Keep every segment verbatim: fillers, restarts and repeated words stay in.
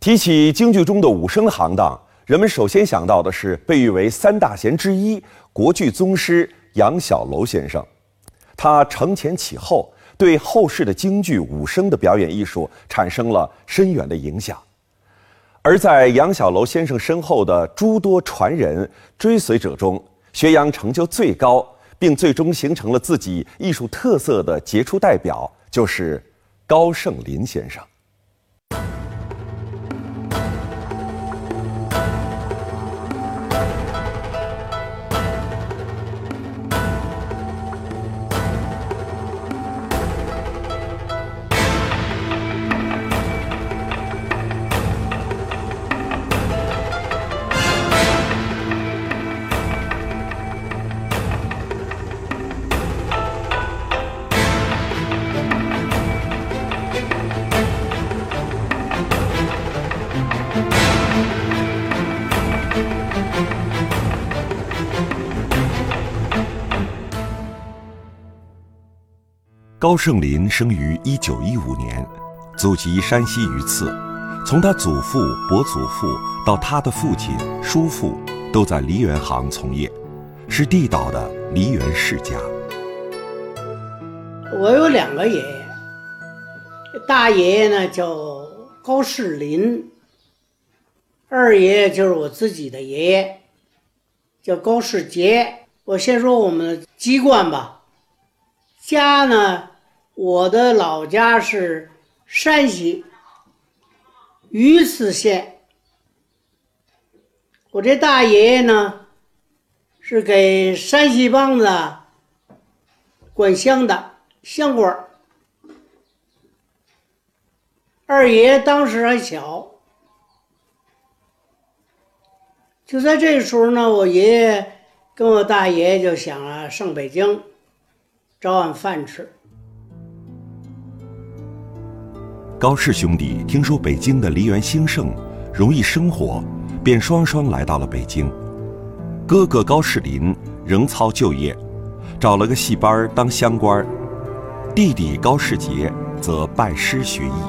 提起京剧中的武生行当，人们首先想到的是被誉为三大贤之一、国剧宗师杨小楼先生。他承前启后，对后世的京剧武生的表演艺术产生了深远的影响。而在杨小楼先生身后的诸多传人、追随者中，学杨成就最高，并最终形成了自己艺术特色的杰出代表，就是高盛林先生。高盛林生于一九一五年，祖籍山西榆次。从他祖父、伯祖父到他的父亲、叔父，都在梨园行从业，是地道的梨园世家。 我有两个爷爷，大爷爷呢叫高士林，二爷爷就是我自己的爷爷，叫高士杰。我先说我们的籍贯吧。家呢，我的老家是山西榆次县。我这大爷爷呢，是给山西梆子管乡的乡官。二爷当时还小，就在这个时候呢，我爷爷跟我大爷爷就想了上北京找碗饭吃。 高氏兄弟听说北京的梨园兴盛，容易生活，便双双来到了北京。哥哥高士林仍操旧业，找了个戏班当乡官；弟弟高士杰则拜师学艺。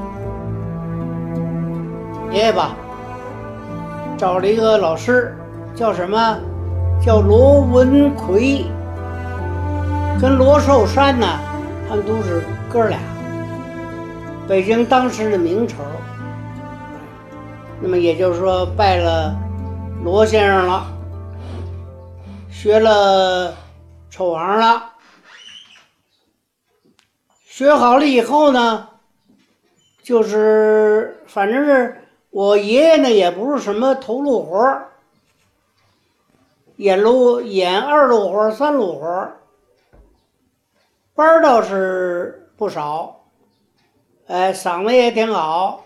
爷爷吧，找了一个老师，叫什么？叫罗文奎。跟罗寿山呢，他们都是哥俩，北京当时的名丑。那么也就是说，拜了罗先生了，学了丑行了，学好了以后呢，就是反正是我爷爷呢，也不是什么头路活，演路演二路活、三路活。班倒是不少，哎，嗓子也挺好。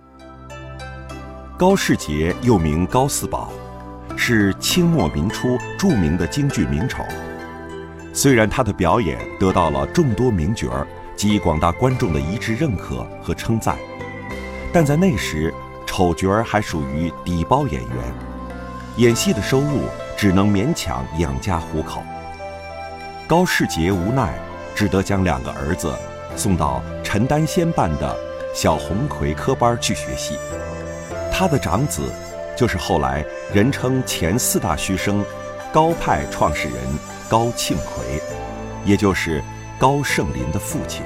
高士杰又名高四宝，是清末民初著名的京剧名丑。虽然他的表演得到了众多名角及广大观众的一致认可和称赞，但在那时，丑角还属于底包演员，演戏的收入只能勉强养家糊口。高士杰无奈，只得将两个儿子送到陈丹先办的小红葵科班去学戏。他的长子就是后来人称前四大须生高派创始人高庆奎，也就是高盛林的父亲。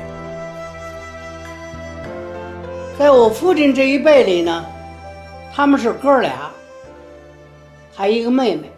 在我父亲这一辈里呢，他们是哥俩，还一个妹妹。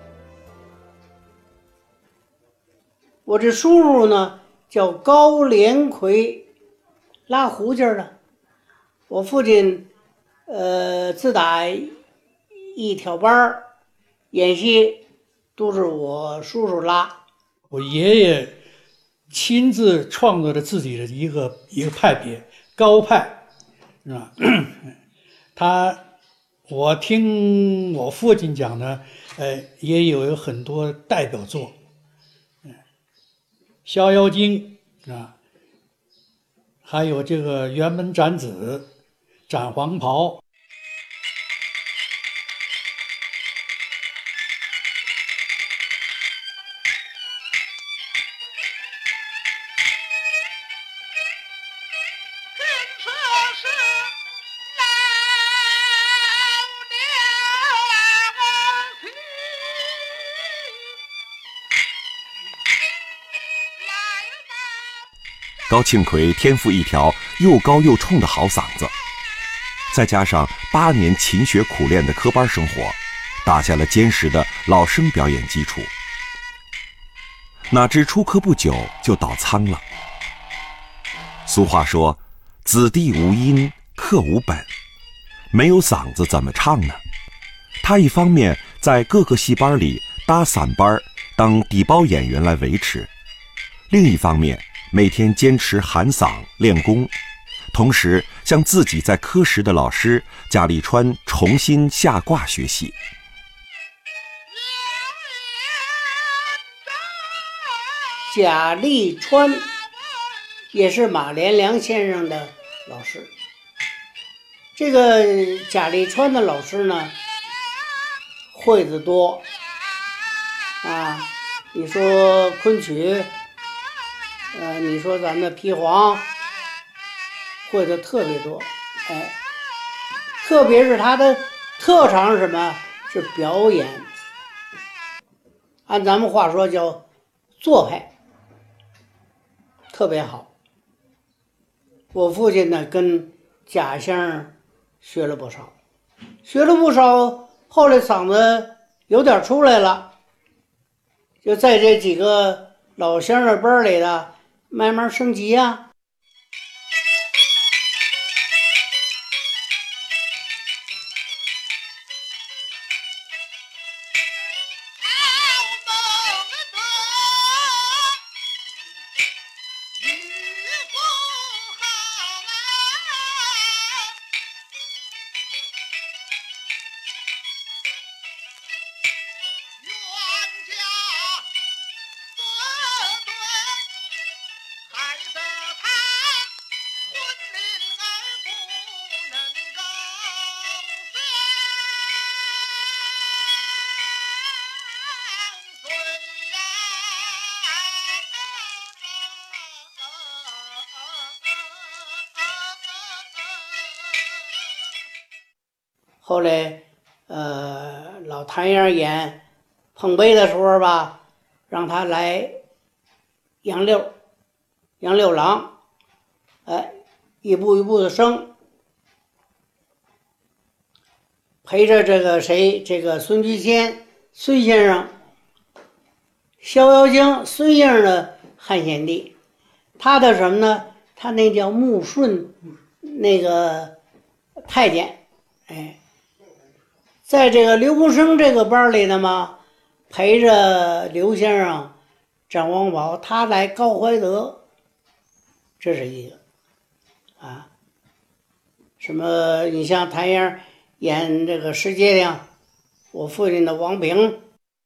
我这叔叔呢叫高连奎，拉胡琴的。我父亲呃自打一挑班演戏都是我叔叔拉。 我爷爷亲自创作了自己的一个一个派别，高派，是吧？他我听我父亲讲呢，呃，也有很多代表作，嗯，《逍遥经》啊，还有这个辕门斩子、斩黄袍。 高庆奎天赋一条又高又冲的好嗓子，再加上八年勤学苦练的科班生活，打下了坚实的老生表演基础。哪知出科不久就倒仓了。俗话说，子弟无音，课无本，没有嗓子怎么唱呢？他一方面在各个戏班里搭散班当底包演员来维持，另一方面每天坚持喊嗓练功，同时向自己在科时的老师贾立川重新下挂学习。 贾立川也是马连良先生的老师。这个贾立川的老师呢，会子多啊，你说昆曲，呃，你说咱的皮黄，会的特别多，哎，特别是他的特长是什么？是表演，按咱们话说叫做派，特别好。我父亲呢，跟贾先生学了不少，学了不少，后来嗓子有点出来了，就在这几个老先生班里的慢慢升级呀。后来，呃，老谭样演碰杯的时候吧，让他来杨六，杨六郎，哎，一步一步的升，陪着这个谁，这个孙居谦孙先生，逍遥经孙先生的汉献帝，他的什么呢？他那叫穆顺那个太监，哎。在这个刘福生这个班里呢嘛，陪着刘先生、张王宝，他来高怀德，这是一个啊。什么？你像谭英演这个石阶亮，我父亲的王炳。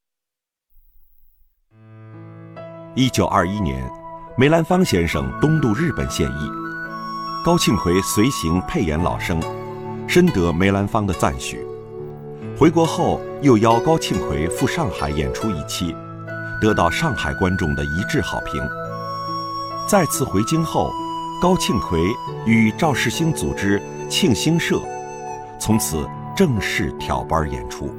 一九二一年，梅兰芳先生东渡日本献艺，高庆奎随行配演老生，深得梅兰芳的赞许。回国后又邀高庆奎赴上海演出一期，得到上海观众的一致好评。再次回京后，高庆奎与赵世兴组织庆兴社，从此正式挑班演出。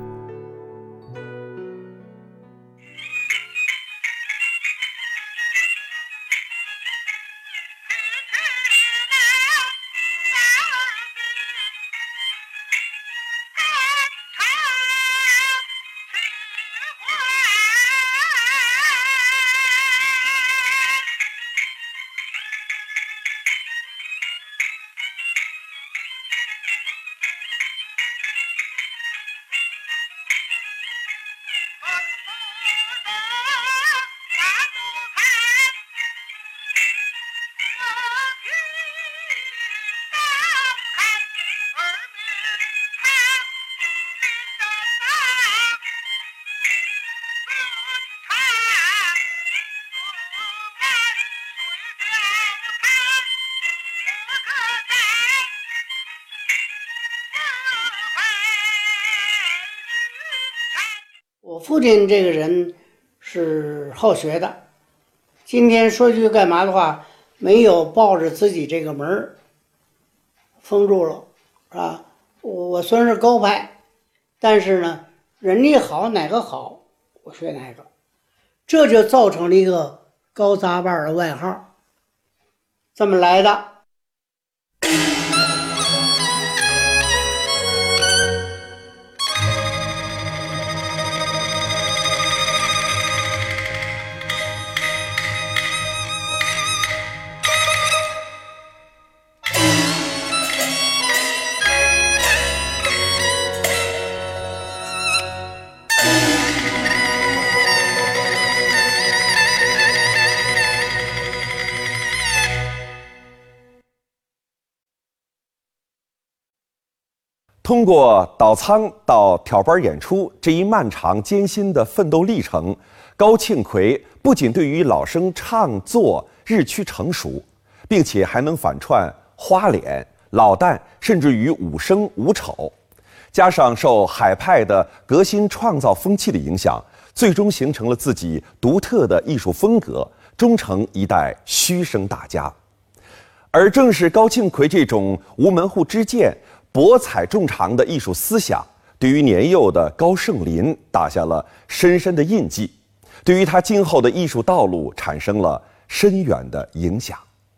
我父亲这个人是好学的，今天说句干嘛的话，没有抱着自己这个门儿封住了，是吧？我我算是高派，但是呢，人家好哪个好，我学哪个，这就造成了一个高杂班的外号。 这么来的。 通过倒仓到挑班演出这一漫长艰辛的奋斗历程，高庆奎不仅对于老生唱作日趋成熟，并且还能反串花脸、老旦，甚至于武生、武丑。加上受海派的革新创造风气的影响，最终形成了自己独特的艺术风格，终成一代虚声大家。而正是高庆奎这种无门户之见、博采众长的艺术思想，对于年幼的高盛林打下了深深的印记，对于他今后的艺术道路产生了深远的影响。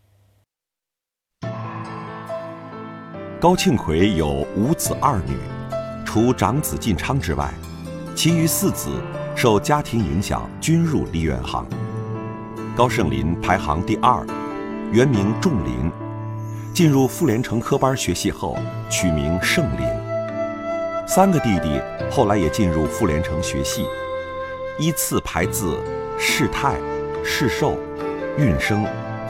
高庆奎有五子二女，除长子晋昌之外，其余四子受家庭影响均入梨园行。高盛林排行第二，原名仲林。进入傅连成科班学戏后，取名盛林。三个弟弟后来也进入傅连成学戏，依次排自世泰、世寿、运生。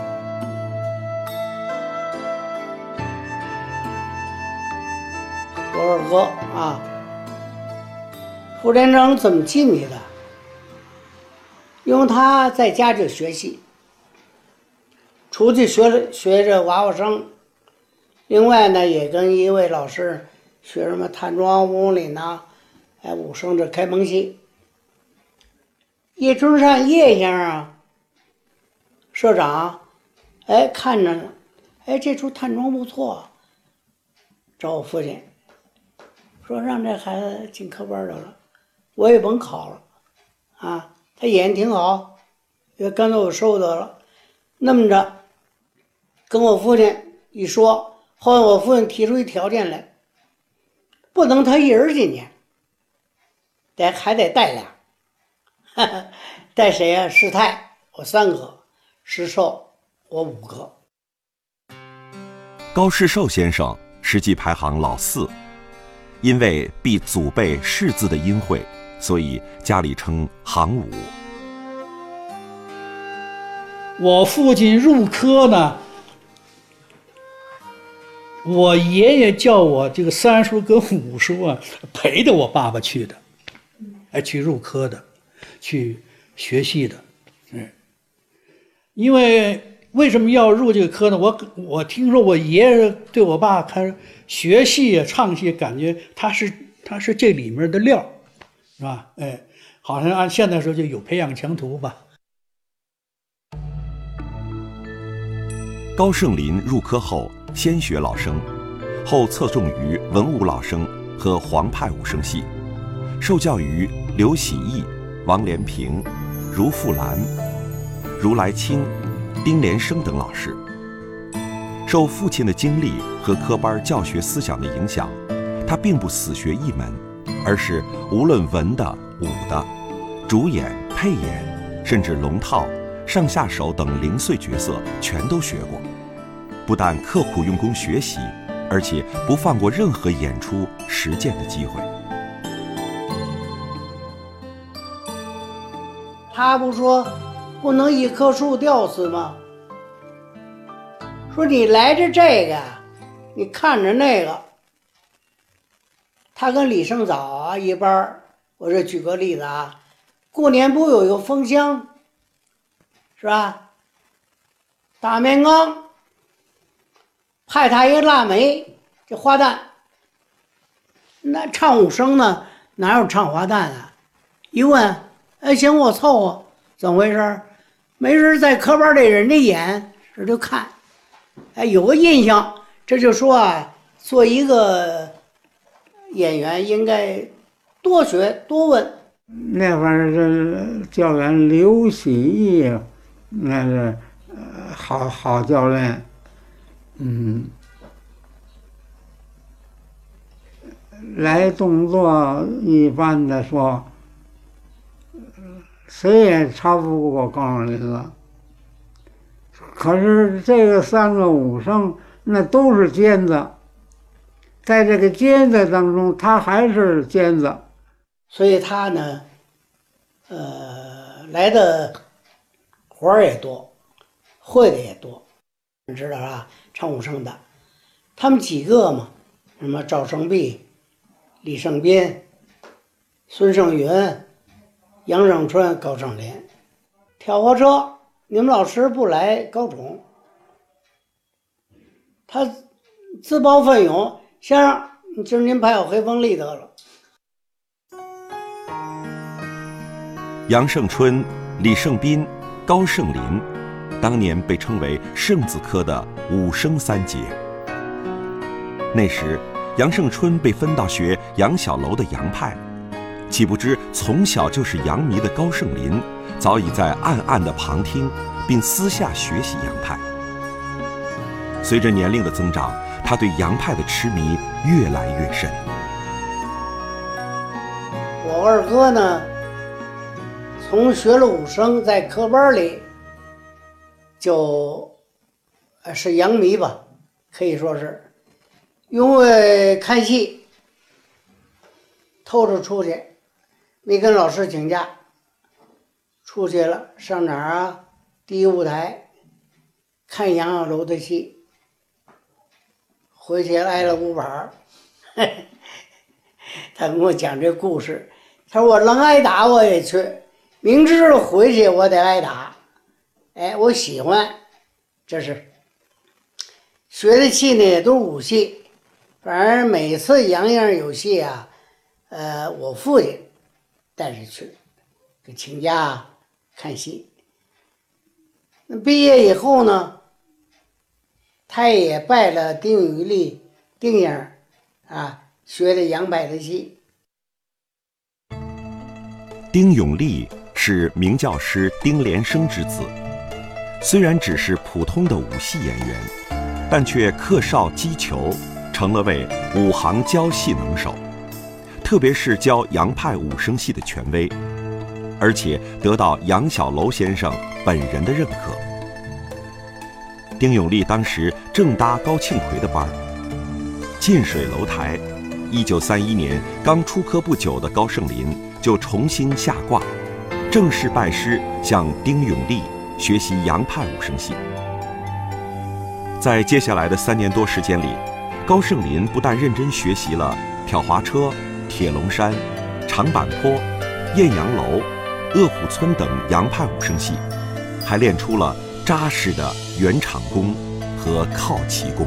我二哥啊，傅连成怎么进去的？因为他在家就学戏，出去学了学这娃娃声。另外呢，也跟一位老师学什么谭庄、吴文林呐，哎，武生这开蒙戏。叶春善叶先生啊，社长，哎，看着呢，哎，这出谭庄不错，找我父亲说让这孩子进科班得了，我也甭考了，啊，他演挺好，也跟着我收得了。那么着，跟我父亲一说。后来我父亲提出一条件来，不能他一人进去，得还得带俩，哈哈，带谁呀、啊？世泰我三个，世寿我五个。 高世寿先生实际排行老四，因为避祖辈世字的阴讳，所以家里称行五。 我父亲入科呢，我爷爷叫我这个三叔跟五叔啊陪着我爸爸去的，哎，去入科的，去学戏的，嗯，因为为什么要入这个科呢？我我听说我爷爷对我爸看学戏啊唱戏，感觉他是他是这里面的料，是吧？哎，好像按现在说就有培养强徒吧。 高盛林入科后，先学老生，后侧重于文武老生和黄派武生戏，受教于刘喜义、王连平、如富兰、如来清、丁连生等老师。受父亲的经历和科班教学思想的影响，他并不死学一门，而是无论文的、武的、主演、配演，甚至龙套、上下手等零碎角色全都学过。不但刻苦用功学习，而且不放过任何演出实践的机会。 他不说不能一棵树吊死吗？说你来着这个，你看着那个。他跟李胜藻啊一班，我这举个例子啊，过年不有一个封箱，是吧？大面缸派他一个腊梅，这花旦，那唱武生呢，哪有唱花旦啊？一问，哎，行，我凑合，怎么回事？没事，在科班里人家演，这就看，哎，有个印象，这就说啊，做一个演员应该多学多问。 那会儿这教员刘喜义，那是呃，好好教练，嗯，来动作一般的说，谁也超不过高胜林了。可是这个三个武生那都是尖子，在这个尖子当中，他还是尖子，所以他呢，呃，来的活儿也多，会的也多。你知道啊，唱武生的，他们几个嘛，什么赵胜弼、李胜斌、孙胜云、杨胜春、高胜林，挑火车，你们老师不来高中，他自报奋勇，先生，今儿您派我黑风力得了。 杨胜春、李胜斌、高胜林，当年被称为胜字科的武生三杰。那时，杨胜春被分到学杨小楼的杨派，岂不知从小就是杨迷的高胜林，早已在暗暗的旁听，并私下学习杨派。随着年龄的增长，他对杨派的痴迷越来越深。 我二哥呢，从学了武生，在课本里就，呃，是杨迷吧，可以说是，因为看戏，偷着出去，没跟老师请假，出去了，上哪儿啊？第一舞台看杨小楼的戏，回去挨了五板。他跟我讲这故事，他说我能挨打我也去，明知道回去我得挨打，哎，我喜欢，这是学的戏呢，也都是武戏，反正每次杨洋有戏啊，呃，我父亲带着去，给请假看戏。那毕业以后呢，他也拜了丁禹力、丁英啊，学的杨派的戏。 丁永利是名教师丁连生之子，虽然只是普通的武戏演员，但却克少击球，成了位武行教戏能手，特别是教杨派武生戏的权威，而且得到杨小楼先生本人的认可。丁永利当时正搭高庆奎的班儿，近水楼台。一九三一年刚出科不久的高胜林就重新下挂，正式拜师向丁永利学习杨派武生戏。在接下来的三年多时间里，高胜林不但认真学习了挑滑车、铁笼山、长坂坡、艳阳楼、鄂虎村等杨派武生戏，还练出了扎实的圆场功和靠旗功。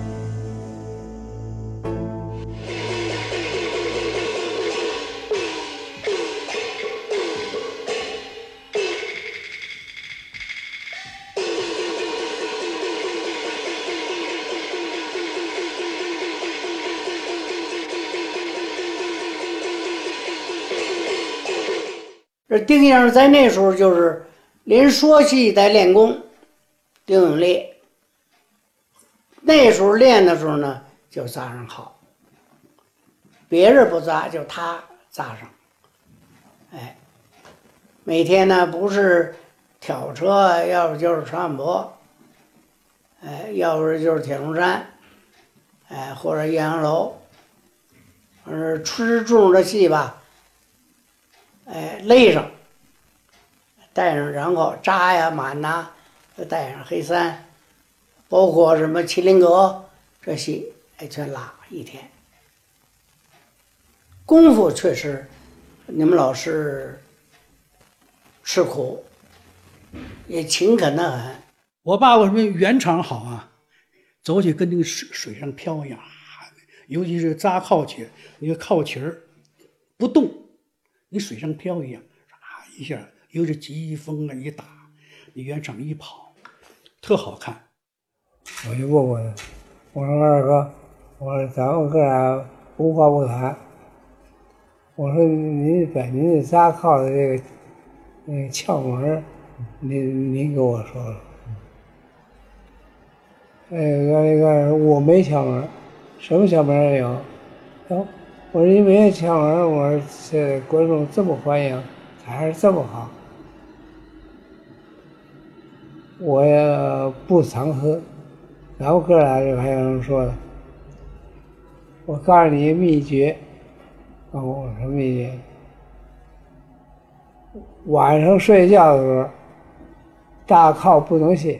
这丁英在那时候就是连说戏带练功，丁永利那时候练的时候呢，就扎上好，别人不扎，就他扎上。哎，每天呢不是挑车，要不就是长坂坡，哎，要不就是铁笼山，哎，或者艳阳楼，反正吃重的戏吧。哎，勒上，带上，然后扎呀、满呐，再带上黑三，包括什么麒麟阁这戏，哎，全拉一天。功夫确实，你们老师吃苦，也勤恳得很。 我爸为什么圆场好啊？走起跟那个水水上漂一样，尤其是扎靠旗，那个靠旗儿不动。你水上漂一样，啊一下有这疾风啊一打，你圆场一跑，特好看。 我就问问，我说二哥，我说咱们哥俩无话不谈。我说您把您的扎靠的这个那个窍门，您您给我说说。 那个那个我没窍门，什么窍门也有。哦，我说因为窍门，我说这观众这么欢迎，还是这么好。我也不常喝，咱们哥俩就还有人说了，我告诉你秘诀。哦，我说秘诀，晚上睡觉的时候，大靠不能歇。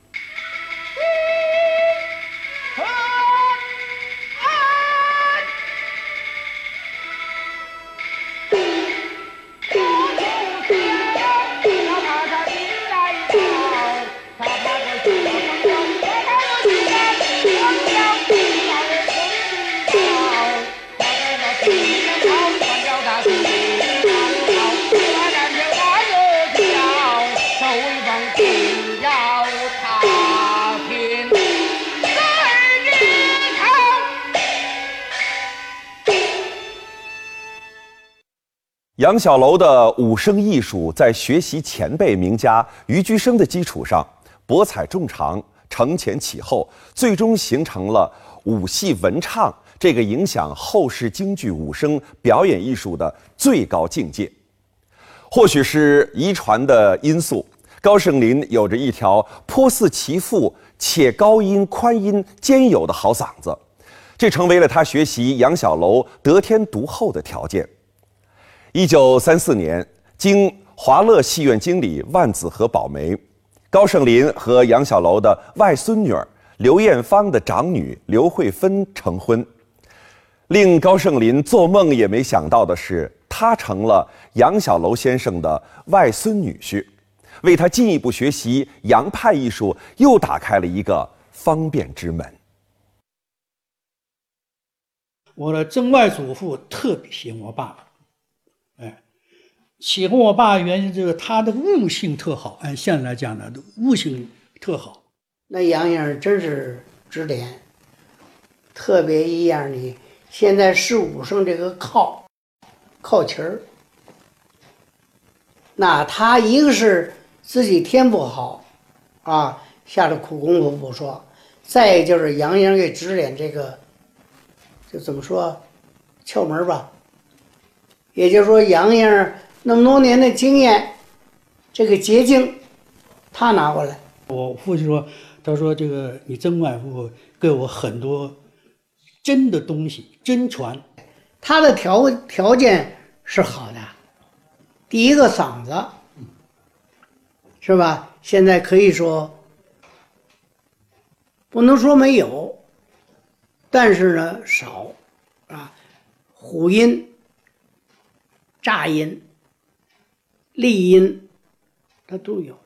杨小楼的武生艺术在学习前辈名家余居生的基础上，博采众长，承前启后，最终形成了武戏文唱这个影响后世京剧武生表演艺术的最高境界。或许是遗传的因素，高盛林有着一条颇似其父且高音宽音兼有的好嗓子，这成为了他学习杨小楼得天独厚的条件。一九三四年，经华乐戏院经理万子和保媒，高盛林和杨小楼的外孙女儿刘艳芳的长女刘慧芬成婚。令高盛林做梦也没想到的是，他成了杨小楼先生的外孙女婿，为他进一步学习杨派艺术又打开了一个方便之门。 我的曾外祖父特别喜欢我爸爸。哎，喜欢我爸的原因就是他的悟性特好，按现在来讲呢，悟性特好。 那杨英真是指点，特别一样的。现在是武生这个靠靠旗儿，那他一个是自己天赋好啊，下了苦功夫不说，再就是杨英给指点这个，就怎么说窍门吧。也就是说，杨英那么多年的经验，这个捷径，他拿过来。 我父亲说，他说这个你曾外父给我很多真的东西，真传。 他的条条件是好的，第一个嗓子，是吧？现在可以说，不能说没有，但是呢少，啊，虎音。炸音、丽音，它都有。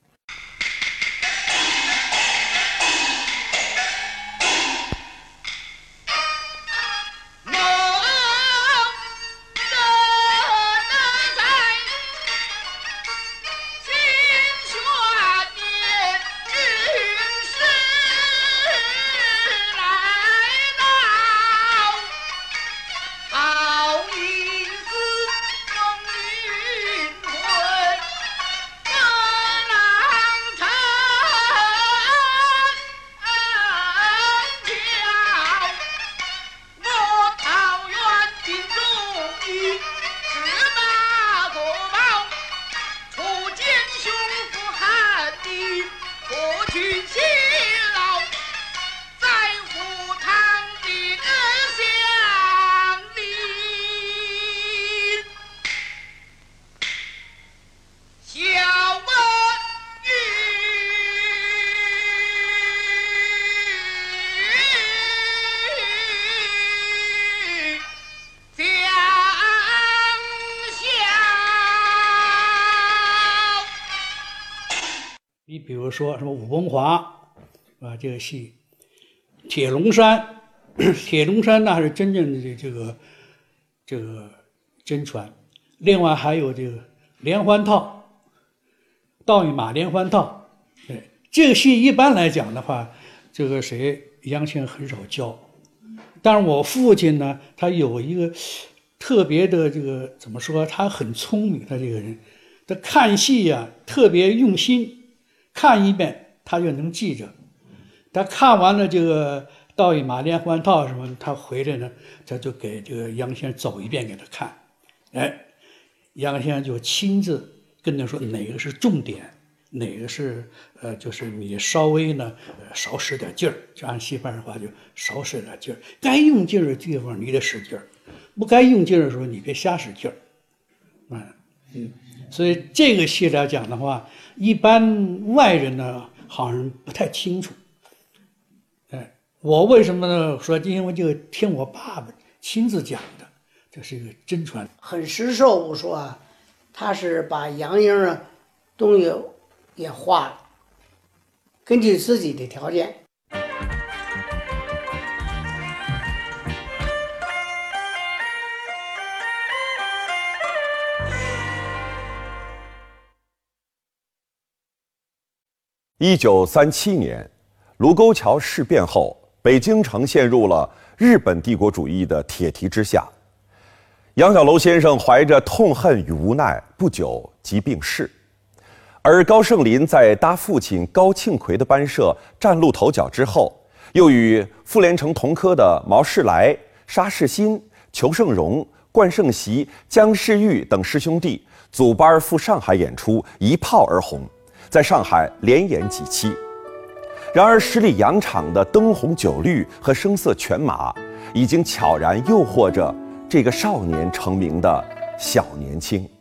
你比如说什么武文华，啊，这个戏，铁笼山，铁笼山那是真正的这个这个真传。另外还有这个连环套，道与马连环套，对，这个戏一般来讲的话，这个谁杨先生很少教，但是我父亲呢，他有一个特别的这个怎么说，他很聪明，他这个人，他看戏呀、啊、特别用心。看一遍他就能记着， 他看完了这个《道义马连环套》什么，他回来呢，他就给这个杨先生走一遍给他看，哎，杨先生就亲自跟他说哪个是重点，哪个是呃，就是你稍微呢、呃、少使点劲儿，就按西方人话就少使点劲儿，该用劲儿的地方你得使劲儿，不该用劲儿的时候你别瞎使劲儿，嗯嗯，所以这个戏来讲的话，一般外人呢好像不太清楚。哎，我为什么呢？说因为这个听我爸爸亲自讲的，这是一个真传。 很实受不说啊，他是把杨英啊东西也画了，根据自己的条件。 一九三七年，卢沟桥事变后，北京城陷入了日本帝国主义的铁蹄之下。杨小楼先生怀着痛恨与无奈，不久即病逝。而高盛林在搭父亲高庆奎的班社崭露头角之后，又与傅连城同科的毛世来、沙世新、裘盛戎、冠胜习、姜世玉等师兄弟组班赴上海演出，一炮而红，在上海连演几期。然而十里洋场的灯红酒绿和声色犬马，已经悄然诱惑着这个少年成名的小年轻。